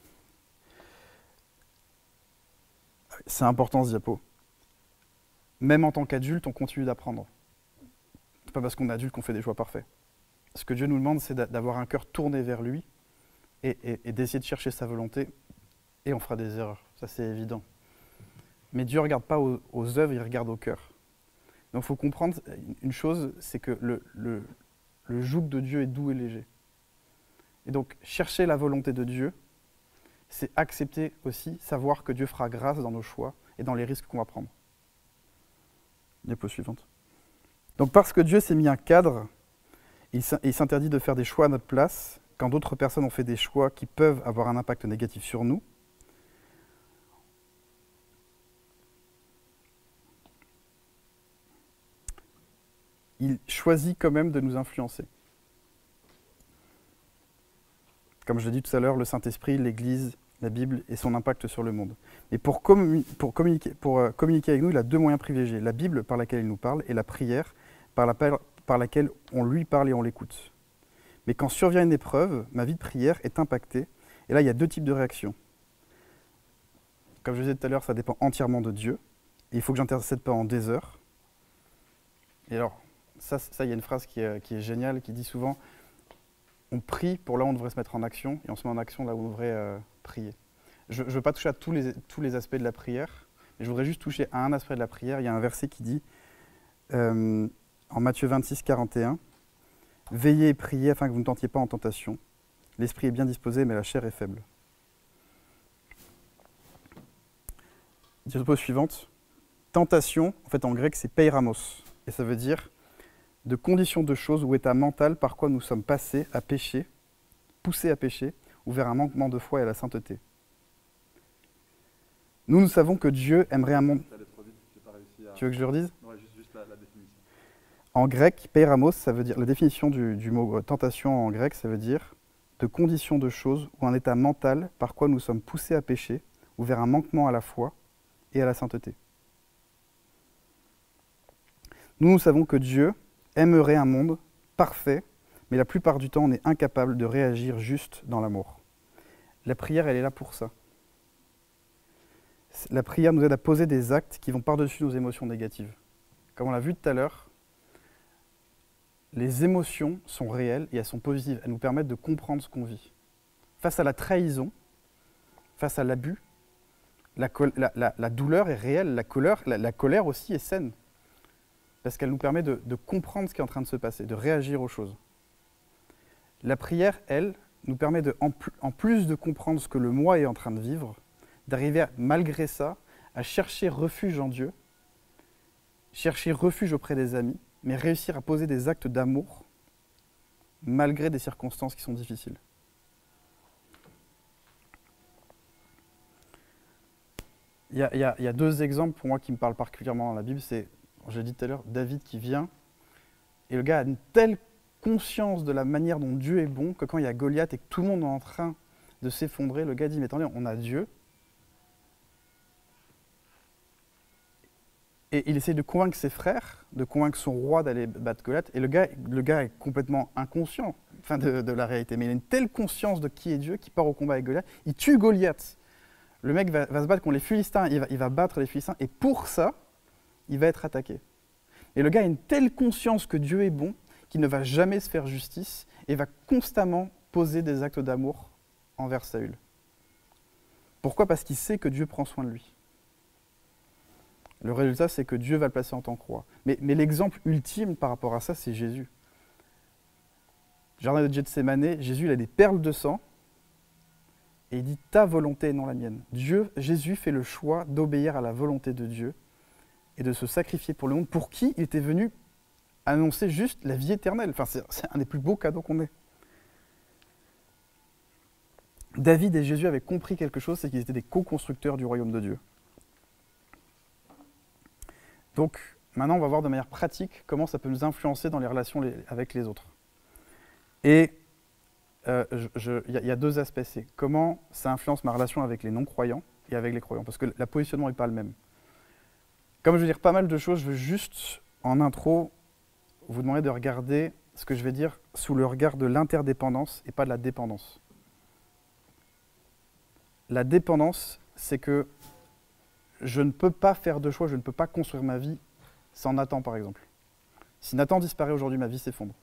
Speaker 1: C'est important ce diapo. Même en tant qu'adulte, on continue d'apprendre. C'est pas parce qu'on est adulte qu'on fait des choix parfaits. Ce que Dieu nous demande, c'est d'avoir un cœur tourné vers lui et, et, et d'essayer de chercher sa volonté. Et on fera des erreurs, ça c'est évident. Mais Dieu ne regarde pas aux, aux œuvres, il regarde au cœur. Donc il faut comprendre une chose, c'est que le, le, le joug de Dieu est doux et léger. Et donc chercher la volonté de Dieu, c'est accepter aussi, savoir que Dieu fera grâce dans nos choix et dans les risques qu'on va prendre. Diapo suivante. Donc parce que Dieu s'est mis un cadre, il s'interdit de faire des choix à notre place, quand d'autres personnes ont fait des choix qui peuvent avoir un impact négatif sur nous. Il choisit quand même de nous influencer. Comme je l'ai dit tout à l'heure, le Saint-Esprit, l'Église, la Bible et son impact sur le monde. Et pour, commu pour, communiquer, pour euh, communiquer avec nous, il a deux moyens privilégiés. La Bible par laquelle il nous parle et la prière par, la, par laquelle on lui parle et on l'écoute. Mais quand survient une épreuve, ma vie de prière est impactée. Et là, il y a deux types de réactions. Comme je disais tout à l'heure, ça dépend entièrement de Dieu. Et il faut que je n'intercède pas en des heures. Et alors, ça, ça, il y a une phrase qui est, qui est géniale, qui dit souvent on prie pour là où on devrait se mettre en action, et on se met en action là où on devrait euh, prier. Je ne veux pas toucher à tous les, tous les aspects de la prière, mais je voudrais juste toucher à un aspect de la prière. Il y a un verset qui dit, euh, en Matthieu vingt-six, quarante et un, « Veillez et priez afin que vous ne tentiez pas en tentation. L'esprit est bien disposé, mais la chair est faible. » Diapo suivante. Tentation, en fait en grec, c'est peiramos, et ça veut dire de conditions de choses ou état mental par quoi nous sommes passés à pécher, poussés à pécher, ou vers un manquement de foi et à la sainteté. Nous, nous savons que Dieu aimerait un monde... À... Tu veux que je le redise?
Speaker 2: Ouais, juste, juste la, la définition.
Speaker 1: En grec, peiramos, ça veut dire, la définition du, du mot tentation en grec, ça veut dire de conditions de choses ou un état mental par quoi nous sommes poussés à pécher, ou vers un manquement à la foi et à la sainteté. Nous, nous savons que Dieu aimerait un monde parfait, mais la plupart du temps, on est incapable de réagir juste dans l'amour. La prière, elle est là pour ça. La prière nous aide à poser des actes qui vont par-dessus nos émotions négatives. Comme on l'a vu tout à l'heure, les émotions sont réelles et elles sont positives. Elles nous permettent de comprendre ce qu'on vit. Face à la trahison, face à l'abus, la, la, la, la douleur est réelle, la colère, la, la colère aussi est saine. Parce qu'elle nous permet de, de comprendre ce qui est en train de se passer, de réagir aux choses. La prière, elle, nous permet, de, en, plus, en plus de comprendre ce que le moi est en train de vivre, d'arriver, malgré ça, à chercher refuge en Dieu, chercher refuge auprès des amis, mais réussir à poser des actes d'amour, malgré des circonstances qui sont difficiles. Il y a, il y a, il y a deux exemples pour moi qui me parlent particulièrement dans la Bible, c'est, j'ai dit tout à l'heure, David qui vient, et le gars a une telle conscience de la manière dont Dieu est bon, que quand il y a Goliath et que tout le monde est en train de s'effondrer, le gars dit, mais attendez, on a Dieu. Et il essaie de convaincre ses frères, de convaincre son roi d'aller battre Goliath, et le gars, le gars est complètement inconscient enfin de, de la réalité, mais il a une telle conscience de qui est Dieu qu'il part au combat avec Goliath, il tue Goliath. Le mec va, va se battre contre les Philistins, il va, il va battre les Philistins, et pour ça, il va être attaqué. Et le gars a une telle conscience que Dieu est bon, qu'il ne va jamais se faire justice, et va constamment poser des actes d'amour envers Saül. Pourquoi? Parce qu'il sait que Dieu prend soin de lui. Le résultat, c'est que Dieu va le placer en tant que roi. Mais, mais l'exemple ultime par rapport à ça, c'est Jésus. Jardin de Gethsémanée, Jésus il a des perles de sang, Et il dit « ta volonté et non la mienne ». Dieu, Jésus fait le choix d'obéir à la volonté de Dieu et de se sacrifier pour le monde, pour qui il était venu annoncer juste la vie éternelle. Enfin, c'est un des plus beaux cadeaux qu'on ait. David et Jésus avaient compris quelque chose, c'est qu'ils étaient des co-constructeurs du royaume de Dieu. Donc, maintenant, on va voir de manière pratique comment ça peut nous influencer dans les relations les, avec les autres. Et il euh, y, y a deux aspects. C'est comment ça influence ma relation avec les non-croyants et avec les croyants, parce que le positionnement n'est pas le même. Comme je veux dire pas mal de choses, je veux juste, en intro, vous demander de regarder ce que je vais dire sous le regard de l'interdépendance et pas de la dépendance. La dépendance, c'est que je ne peux pas faire de choix, je ne peux pas construire ma vie sans Nathan, par exemple. Si Nathan disparaît aujourd'hui, ma vie s'effondre.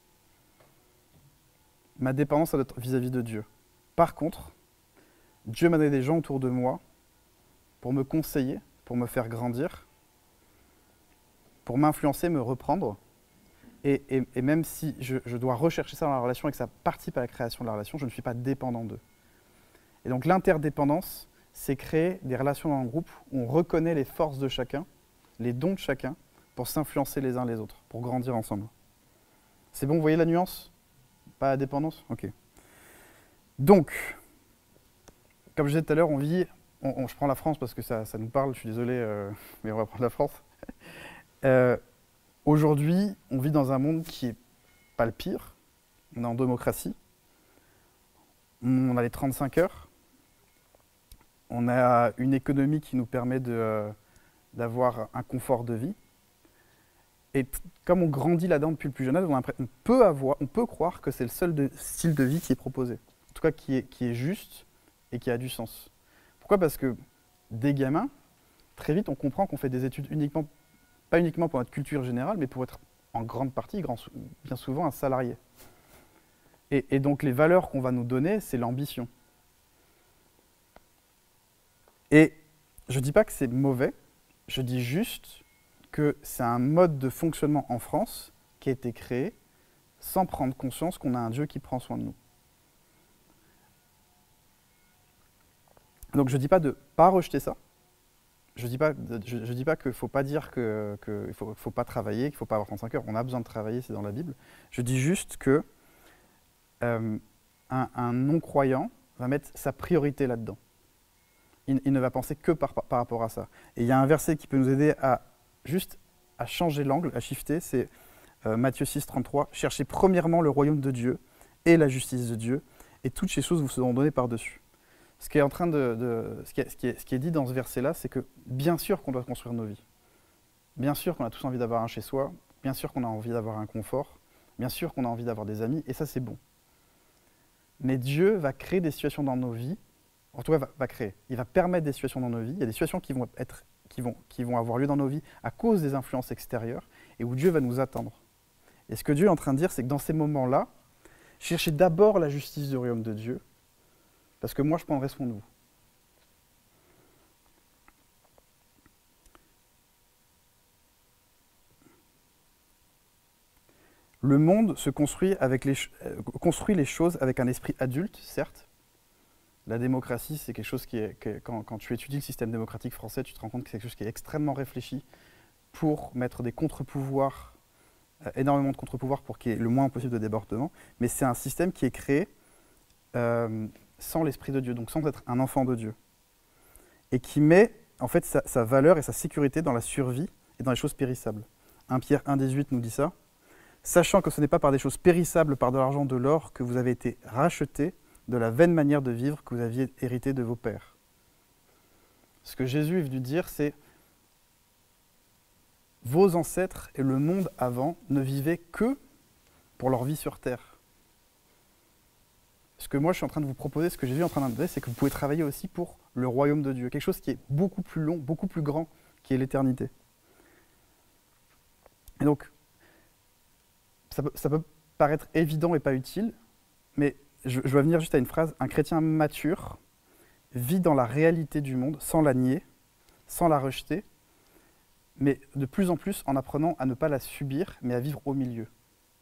Speaker 1: Ma dépendance, ça doit être vis-à-vis de Dieu. Par contre, Dieu m'a donné des gens autour de moi pour me conseiller, pour me faire grandir, pour m'influencer, me reprendre. Et, et, et même si je, je dois rechercher ça dans la relation et que ça participe à la création de la relation, je ne suis pas dépendant d'eux. Et donc l'interdépendance, c'est créer des relations dans un groupe où on reconnaît les forces de chacun, les dons de chacun, pour s'influencer les uns les autres, pour grandir ensemble. C'est bon, vous voyez la nuance? Pas la dépendance? Ok. Donc, comme je disais tout à l'heure, on vit, on, on, je prends la France parce que ça, ça nous parle, je suis désolé, euh, mais on va prendre la France. euh, Aujourd'hui, on vit dans un monde qui n'est pas le pire, on est en démocratie, on a les trente-cinq heures, on a une économie qui nous permet de, euh, d'avoir un confort de vie. Et comme on grandit là-dedans depuis le plus jeune âge, on, on, peut avoir, on peut croire que c'est le seul de, style de vie qui est proposé. En tout cas, qui est, qui est juste et qui a du sens. Pourquoi? Parce que des gamins, très vite, on comprend qu'on fait des études uniquement, pas uniquement pour notre culture générale, mais pour être en grande partie, grand, bien souvent, un salarié. Et, et donc, les valeurs qu'on va nous donner, c'est l'ambition. Et je ne dis pas que c'est mauvais, je dis juste que c'est un mode de fonctionnement en France qui a été créé sans prendre conscience qu'on a un Dieu qui prend soin de nous. Donc je ne dis pas de ne pas rejeter ça, je ne dis pas, je, je dis pas qu'il ne faut pas dire qu'il que ne faut, faut pas travailler, qu'il ne faut pas avoir trente-cinq heures, on a besoin de travailler, c'est dans la Bible. Je dis juste que euh, un, un non-croyant va mettre sa priorité là-dedans. Il, il ne va penser que par, par rapport à ça. Et il y a un verset qui peut nous aider à juste à changer l'angle, à shifter, c'est euh, Matthieu six, trente-trois. « Cherchez premièrement le royaume de Dieu et la justice de Dieu, et toutes ces choses vous seront données par-dessus. » Ce qui est en train de, de ce, qui est, ce, qui est, ce qui est dit dans ce verset-là, c'est que bien sûr qu'on doit construire nos vies. Bien sûr qu'on a tous envie d'avoir un chez-soi, bien sûr qu'on a envie d'avoir un confort, bien sûr qu'on a envie d'avoir des amis, et ça c'est bon. Mais Dieu va créer des situations dans nos vies, en tout cas va, va créer, il va permettre des situations dans nos vies, il y a des situations qui vont, être, qui, vont, qui vont avoir lieu dans nos vies à cause des influences extérieures, et où Dieu va nous attendre. Et ce que Dieu est en train de dire, c'est que dans ces moments-là, cherchez d'abord la justice du royaume de Dieu, parce que moi je prendrai soin de vous. Le monde se construit, avec les, euh, construit les choses avec un esprit adulte, certes. La démocratie, c'est quelque chose qui est, que, quand, quand tu étudies le système démocratique français, tu te rends compte que c'est quelque chose qui est extrêmement réfléchi pour mettre des contre-pouvoirs, euh, énormément de contre-pouvoirs pour qu'il y ait le moins possible de débordement. Mais c'est un système qui est créé euh, sans l'esprit de Dieu, donc sans être un enfant de Dieu. Et qui met en fait sa, sa valeur et sa sécurité dans la survie et dans les choses périssables. un Pierre un, dix-huit nous dit ça. Sachant que ce n'est pas par des choses périssables, par de l'argent, de l'or, que vous avez été rachetés de la vaine manière de vivre que vous aviez hérité de vos pères. Ce que Jésus est venu dire, c'est vos ancêtres et le monde avant ne vivaient que pour leur vie sur terre. Ce que moi je suis en train de vous proposer, ce que Jésus est en train de dire, c'est que vous pouvez travailler aussi pour le royaume de Dieu, quelque chose qui est beaucoup plus long, beaucoup plus grand, qui est l'éternité. Et donc, ça peut, ça peut paraître évident et pas utile, mais je, je vais venir juste à une phrase. Un chrétien mature vit dans la réalité du monde sans la nier, sans la rejeter, mais de plus en plus en apprenant à ne pas la subir, mais à vivre au milieu.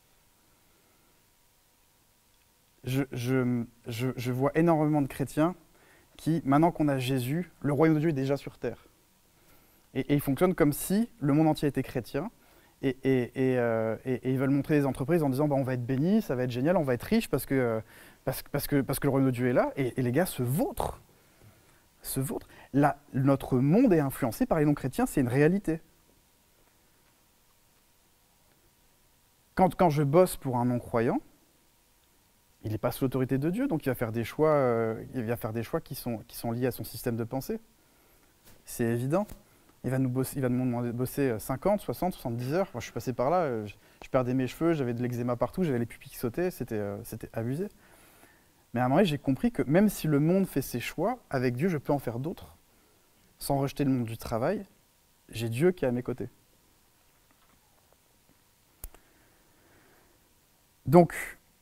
Speaker 1: Je, je, je, je vois énormément de chrétiens qui, maintenant qu'on a Jésus, le royaume de Dieu est déjà sur terre. Et, et il fonctionne comme si le monde entier était chrétien, et, et, et, euh, et, et ils veulent montrer les entreprises en disant bah, on va être bénis, ça va être génial, on va être riche parce que, euh, parce, parce, que, parce que le royaume de Dieu est là, et, et les gars se vautrent. Se vautrent. Là, notre monde est influencé par les non-chrétiens, c'est une réalité. Quand, quand je bosse pour un non-croyant, il n'est pas sous l'autorité de Dieu, donc il va faire des choix, euh, il va faire des choix qui sont, qui sont liés à son système de pensée. C'est évident. Il va nous bosser, il va nous demander de bosser cinquante, soixante, soixante-dix heures. Moi, je suis passé par là, je, je perdais mes cheveux, j'avais de l'eczéma partout, j'avais les pupilles qui sautaient, c'était, euh, c'était abusé. Mais à un moment, j'ai compris que même si le monde fait ses choix, avec Dieu, je peux en faire d'autres. Sans rejeter le monde du travail, j'ai Dieu qui est à mes côtés. Donc,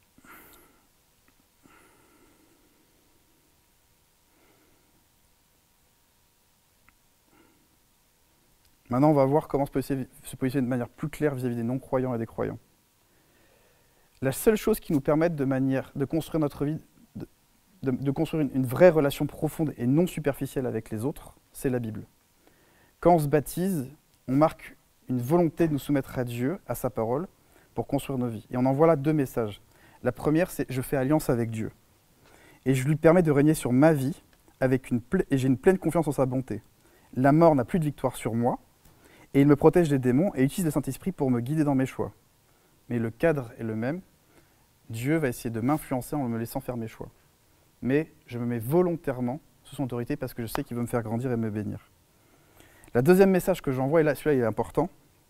Speaker 1: maintenant, on va voir comment se positionner, se positionner de manière plus claire vis-à-vis des non-croyants et des croyants. La seule chose qui nous permette de, manière, de construire notre vie, de, de, de construire une, une vraie relation profonde et non superficielle avec les autres, c'est la Bible. Quand on se baptise, on marque une volonté de nous soumettre à Dieu, à sa parole, pour construire nos vies. Et on en voit là deux messages. La première, c'est « je fais alliance avec Dieu ». Et je lui permets de régner sur ma vie, avec une et j'ai une pleine confiance en sa bonté. La mort n'a plus de victoire sur moi, et il me protège des démons et utilise le Saint-Esprit pour me guider dans mes choix. Mais le cadre est le même. Dieu va essayer de m'influencer en me laissant faire mes choix. Mais je me mets volontairement sous son autorité parce que je sais qu'il veut me faire grandir et me bénir. Le deuxième message que j'envoie, et là, celui-là, il est important.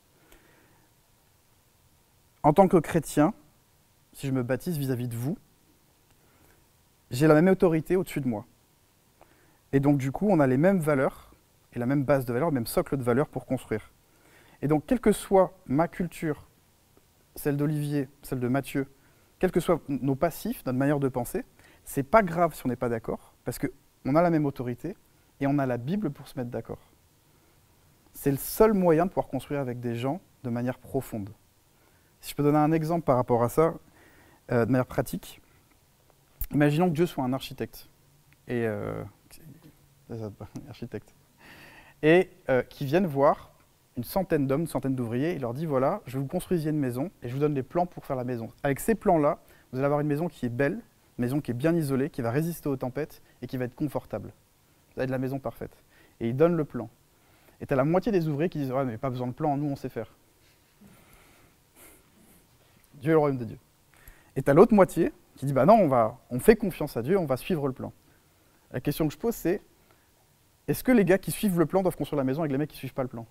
Speaker 1: En tant que chrétien, si je me baptise vis-à-vis de vous, j'ai la même autorité au-dessus de moi. Et donc, du coup, on a les mêmes valeurs, et la même base de valeurs, le même socle de valeurs pour construire. Et donc, quelle que soit ma culture, celle d'Olivier, celle de Mathieu, quels que soient nos passifs, notre manière de penser, c'est pas grave si on n'est pas d'accord, parce qu'on a la même autorité, et on a la Bible pour se mettre d'accord. C'est le seul moyen de pouvoir construire avec des gens de manière profonde. Si je peux donner un exemple par rapport à ça, euh, de manière pratique, imaginons que Dieu soit un architecte, et euh, architecte, et euh, qui viennent voir une centaine d'hommes, une centaine d'ouvriers, il leur dit voilà, je vais vous construisiez une maison, et je vous donne les plans pour faire la maison. Avec ces plans-là, vous allez avoir une maison qui est belle, une maison qui est bien isolée, qui va résister aux tempêtes, et qui va être confortable. Vous avez de la maison parfaite. Et il donne le plan. Et tu as la moitié des ouvriers qui disent ouais, mais pas besoin de plan, nous on sait faire. Dieu est le royaume de Dieu. Et tu as l'autre moitié qui dit bah non, on, va, on fait confiance à Dieu, on va suivre le plan. La question que je pose, c'est est-ce que les gars qui suivent le plan doivent construire la maison avec les mecs qui ne suivent pas le plan?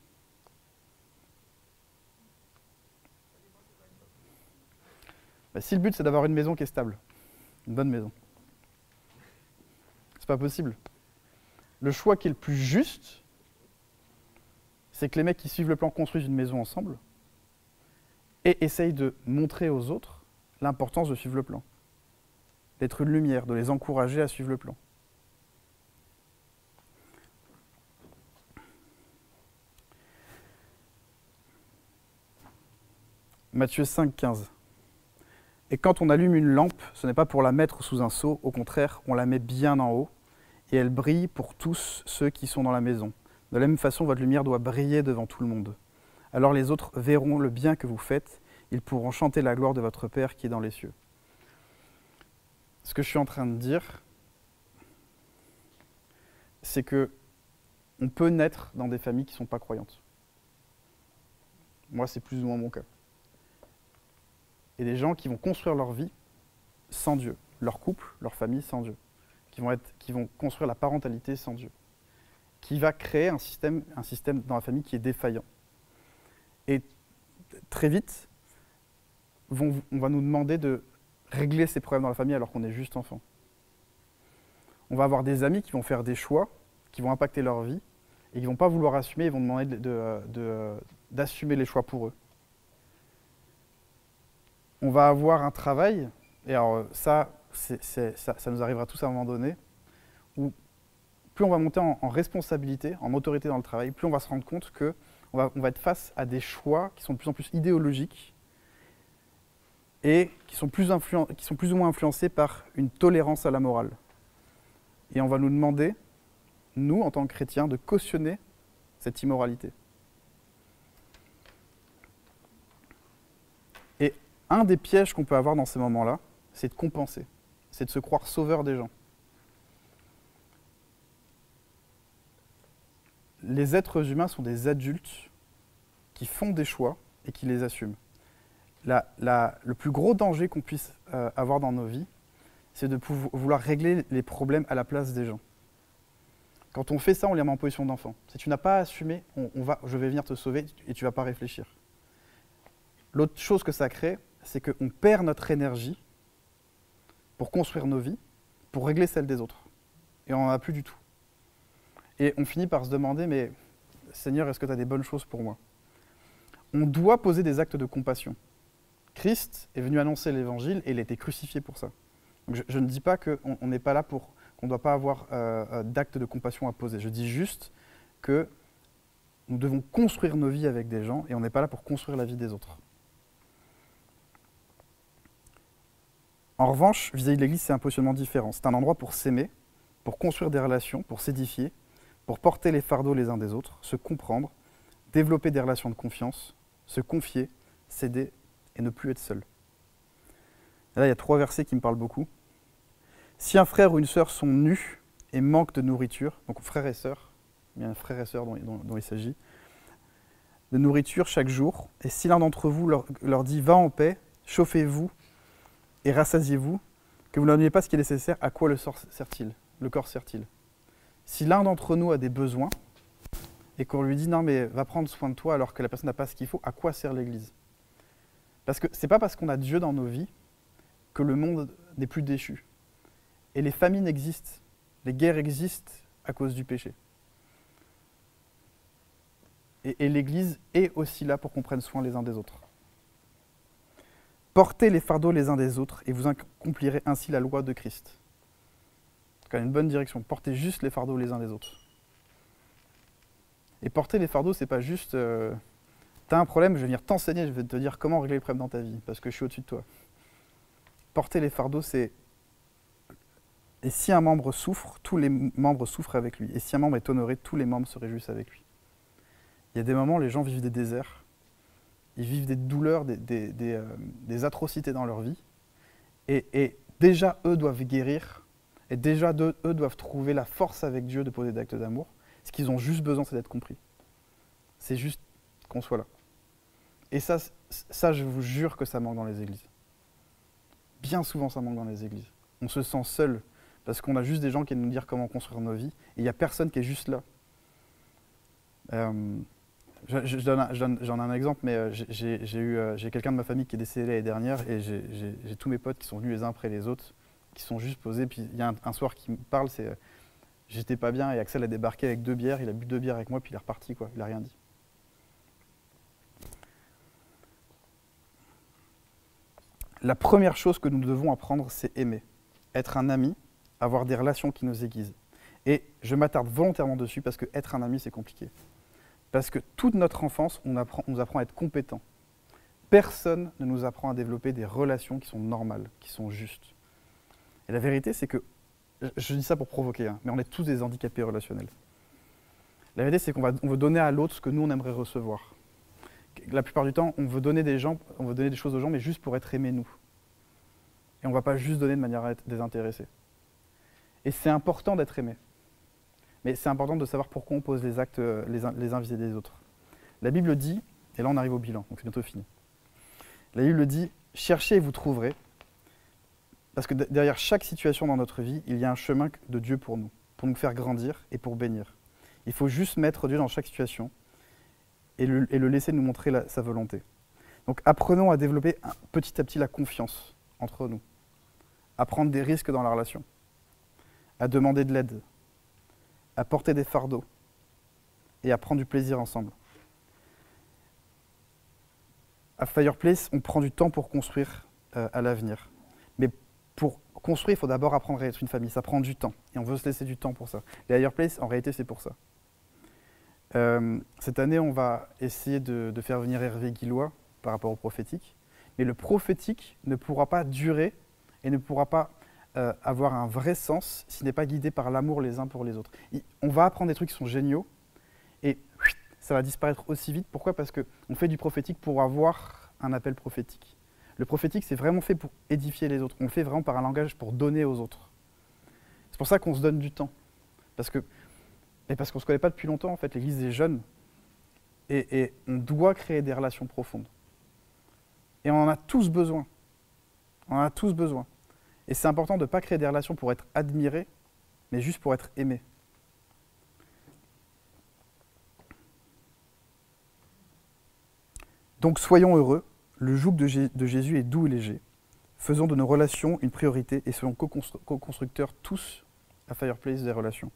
Speaker 1: Bah, si le but c'est d'avoir une maison qui est stable, une bonne maison, c'est pas possible. Le choix qui est le plus juste, c'est que les mecs qui suivent le plan construisent une maison ensemble et essayent de montrer aux autres l'importance de suivre le plan, d'être une lumière, de les encourager à suivre le plan. Matthieu cinq, quinze. Et quand on allume une lampe, ce n'est pas pour la mettre sous un seau, au contraire, on la met bien en haut, et elle brille pour tous ceux qui sont dans la maison. De la même façon, votre lumière doit briller devant tout le monde. Alors les autres verront le bien que vous faites, ils pourront chanter la gloire de votre Père qui est dans les cieux. Ce que je suis en train de dire, c'est que on peut naître dans des familles qui ne sont pas croyantes. Moi, c'est plus ou moins mon cas. Et des gens qui vont construire leur vie sans Dieu, leur couple, leur famille sans Dieu, qui vont, être, qui vont construire la parentalité sans Dieu, qui va créer un système, un système dans la famille qui est défaillant. Et très vite, vont, on va nous demander de régler ces problèmes dans la famille alors qu'on est juste enfant. On va avoir des amis qui vont faire des choix, qui vont impacter leur vie, et qui ne vont pas vouloir assumer, ils vont demander de, de, de, d'assumer les choix pour eux. On va avoir un travail, et alors ça, c'est, c'est, ça, ça nous arrivera tous à un moment donné, où plus on va monter en, en responsabilité, en autorité dans le travail, plus on va se rendre compte qu'on va, on va être face à des choix qui sont de plus en plus idéologiques et qui sont plus, influen- qui sont plus ou moins influencés par une tolérance à la morale. et on va nous demander, nous, en tant que chrétiens, de cautionner cette immoralité. Et un des pièges qu'on peut avoir dans ces moments-là, c'est de compenser, c'est de se croire sauveur des gens. Les êtres humains sont des adultes qui font des choix et qui les assument. La, la, le plus gros danger qu'on puisse euh, avoir dans nos vies, c'est de pouvoir, vouloir régler les problèmes à la place des gens. Quand on fait ça, on les met en position d'enfant. Si tu n'as pas assumé, on, on va, je vais venir te sauver et tu ne vas pas réfléchir. L'autre chose que ça crée, c'est qu'on perd notre énergie pour construire nos vies, pour régler celles des autres. Et on n'en a plus du tout. Et on finit par se demander, mais Seigneur, est-ce que tu as des bonnes choses pour moi? On doit poser des actes de compassion. Christ est venu annoncer l'évangile et il a été crucifié pour ça. Donc je, je ne dis pas qu'on n'est pas là pour, qu'on ne doit pas avoir euh, d'actes de compassion à poser. Je dis juste que nous devons construire nos vies avec des gens et on n'est pas là pour construire la vie des autres. En revanche, vis-à-vis de l'Église, c'est un positionnement différent. C'est un endroit pour s'aimer, pour construire des relations, pour s'édifier, pour porter les fardeaux les uns des autres, se comprendre, développer des relations de confiance, se confier, s'aider et ne plus être seul. Et là, il y a trois versets qui me parlent beaucoup. Si un frère ou une sœur sont nus et manquent de nourriture, donc frères et sœurs, il y a un frère et sœur dont, dont, dont il s'agit, de nourriture chaque jour, et si l'un d'entre vous leur, leur dit « va en paix, chauffez-vous et rassasiez-vous, que vous n'ayez pas ce qui est nécessaire, à quoi le, sert-il, le corps sert-il » Si l'un d'entre nous a des besoins, et qu'on lui dit « non mais va prendre soin de toi » alors que la personne n'a pas ce qu'il faut, à quoi sert l'Église? Parce que c'est pas parce qu'on a Dieu dans nos vies que le monde n'est plus déchu. Et les famines existent, les guerres existent à cause du péché. Et, et l'Église est aussi là pour qu'on prenne soin les uns des autres. Portez les fardeaux les uns des autres et vous accomplirez ainsi la loi de Christ. C'est quand même une bonne direction. Portez juste les fardeaux les uns des autres. Et porter les fardeaux, c'est pas juste euh, t'as un problème, je vais venir t'enseigner, je vais te dire comment régler le problème dans ta vie, parce que je suis au-dessus de toi. Porter les fardeaux, c'est et si un membre souffre, tous les membres souffrent avec lui. Et si un membre est honoré, tous les membres se réjouissent avec lui. Il y a des moments où les gens vivent des déserts, ils vivent des douleurs, des, des, des, euh, des atrocités dans leur vie. Et, et déjà, eux doivent guérir. Et déjà, de, eux doivent trouver la force avec Dieu de poser des actes d'amour. Ce qu'ils ont juste besoin, c'est d'être compris. C'est juste qu'on soit là. Et ça, ça, je vous jure que ça manque dans les églises. Bien souvent, ça manque dans les églises. On se sent seul. Parce qu'on a juste des gens qui viennent nous dire comment construire nos vies, et il n'y a personne qui est juste là. Euh, je, je donne un, je donne, j'en ai un exemple, mais j'ai, j'ai, eu, j'ai quelqu'un de ma famille qui est décédé l'année dernière, et j'ai, j'ai, j'ai tous mes potes qui sont venus les uns après les autres, qui sont juste posés, puis il y a un, un soir qui me parle, c'est euh, j'étais pas bien, et Axel a débarqué avec deux bières, il a bu deux bières avec moi, puis il est reparti, quoi, il n'a rien dit. La première chose que nous devons apprendre, c'est aimer. Être un ami, avoir des relations qui nous aiguisent. Et je m'attarde volontairement dessus parce que être un ami, c'est compliqué. Parce que toute notre enfance, on, apprend, on nous apprend à être compétent. Personne ne nous apprend à développer des relations qui sont normales, qui sont justes. Et la vérité, c'est que, je dis ça pour provoquer, hein, mais on est tous des handicapés relationnels. La vérité, c'est qu'on va, on veut donner à l'autre ce que nous, on aimerait recevoir. La plupart du temps, on veut donner des gens, on veut donner des choses aux gens, mais juste pour être aimés, nous. Et on ne va pas juste donner de manière à être désintéressé. Et c'est important d'être aimé. Mais c'est important de savoir pourquoi on pose les actes les uns, les uns vis-à-vis des autres. La Bible dit, et là on arrive au bilan, donc c'est bientôt fini. La Bible dit, cherchez et vous trouverez, parce que derrière chaque situation dans notre vie, il y a un chemin de Dieu pour nous, pour nous faire grandir et pour bénir. Il faut juste mettre Dieu dans chaque situation et le, et le laisser nous montrer la, sa volonté. Donc apprenons à développer un, petit à petit la confiance entre nous, à prendre des risques dans la relation, à demander de l'aide, à porter des fardeaux et à prendre du plaisir ensemble. À Fireplace, on prend du temps pour construire euh, à l'avenir. Mais pour construire, il faut d'abord apprendre à être une famille. Ça prend du temps et on veut se laisser du temps pour ça. Les Fireplace, en réalité, c'est pour ça. Euh, cette année, on va essayer de, de faire venir Hervé Guillois par rapport au prophétique. Mais le prophétique ne pourra pas durer et ne pourra pas euh, avoir un vrai sens s'il n'est pas guidé par l'amour les uns pour les autres. Il, on va apprendre des trucs qui sont géniaux et ça va disparaître aussi vite. Pourquoi? Parce qu'on fait du prophétique pour avoir un appel prophétique. Le prophétique, c'est vraiment fait pour édifier les autres. On le fait vraiment par un langage pour donner aux autres. C'est pour ça qu'on se donne du temps. Parce que, et parce qu'on ne se connaît pas depuis longtemps, en fait, l'Église est jeune. Et, et on doit créer des relations profondes. Et on en a tous besoin. On en a tous besoin. Et c'est important de ne pas créer des relations pour être admiré, mais juste pour être aimé. Donc soyons heureux, le joug de, G- de Jésus est doux et léger. Faisons de nos relations une priorité et soyons co-constru- co-constructeurs tous à Fireplace des relations.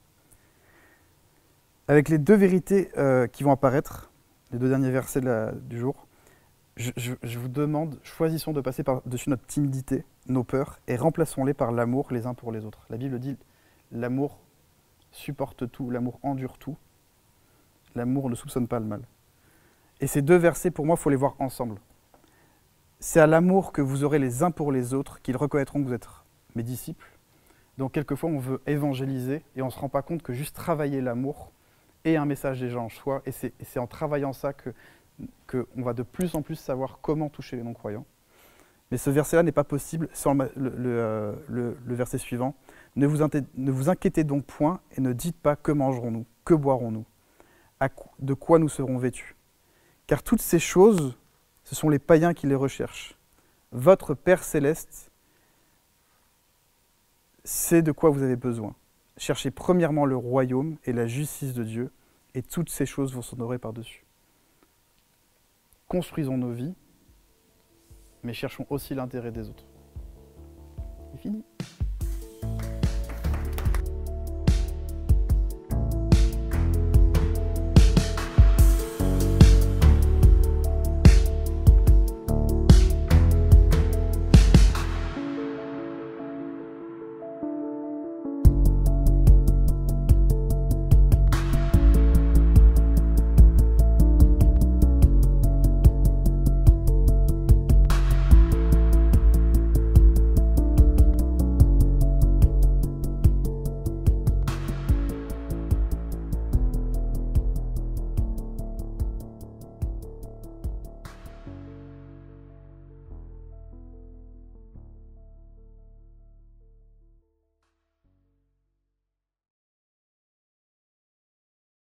Speaker 1: Avec les deux vérités euh, qui vont apparaître, les deux derniers versets de la- du jour, je, je- je vous demande, choisissons de passer par-dessus notre timidité, nos peurs, et remplaçons-les par l'amour les uns pour les autres. La Bible dit, l'amour supporte tout, l'amour endure tout, l'amour ne soupçonne pas le mal. Et ces deux versets, pour moi, il faut les voir ensemble. C'est à l'amour que vous aurez les uns pour les autres qu'ils reconnaîtront que vous êtes mes disciples. Donc quelquefois, on veut évangéliser et on ne se rend pas compte que juste travailler l'amour est un message déjà en soi. Et c'est, et c'est en travaillant ça que qu'on va de plus en plus savoir comment toucher les non-croyants. Mais ce verset-là n'est pas possible sans le, le, le, le, le verset suivant. Ne vous, ne vous inquiétez donc point et ne dites pas que mangerons-nous, que boirons-nous, à, de quoi nous serons vêtus. Car toutes ces choses, ce sont les païens qui les recherchent. Votre Père céleste sait de quoi vous avez besoin. Cherchez premièrement le royaume et la justice de Dieu, et toutes ces choses vont s'honorer par-dessus. Construisons nos vies, mais cherchons aussi l'intérêt des autres. C'est fini.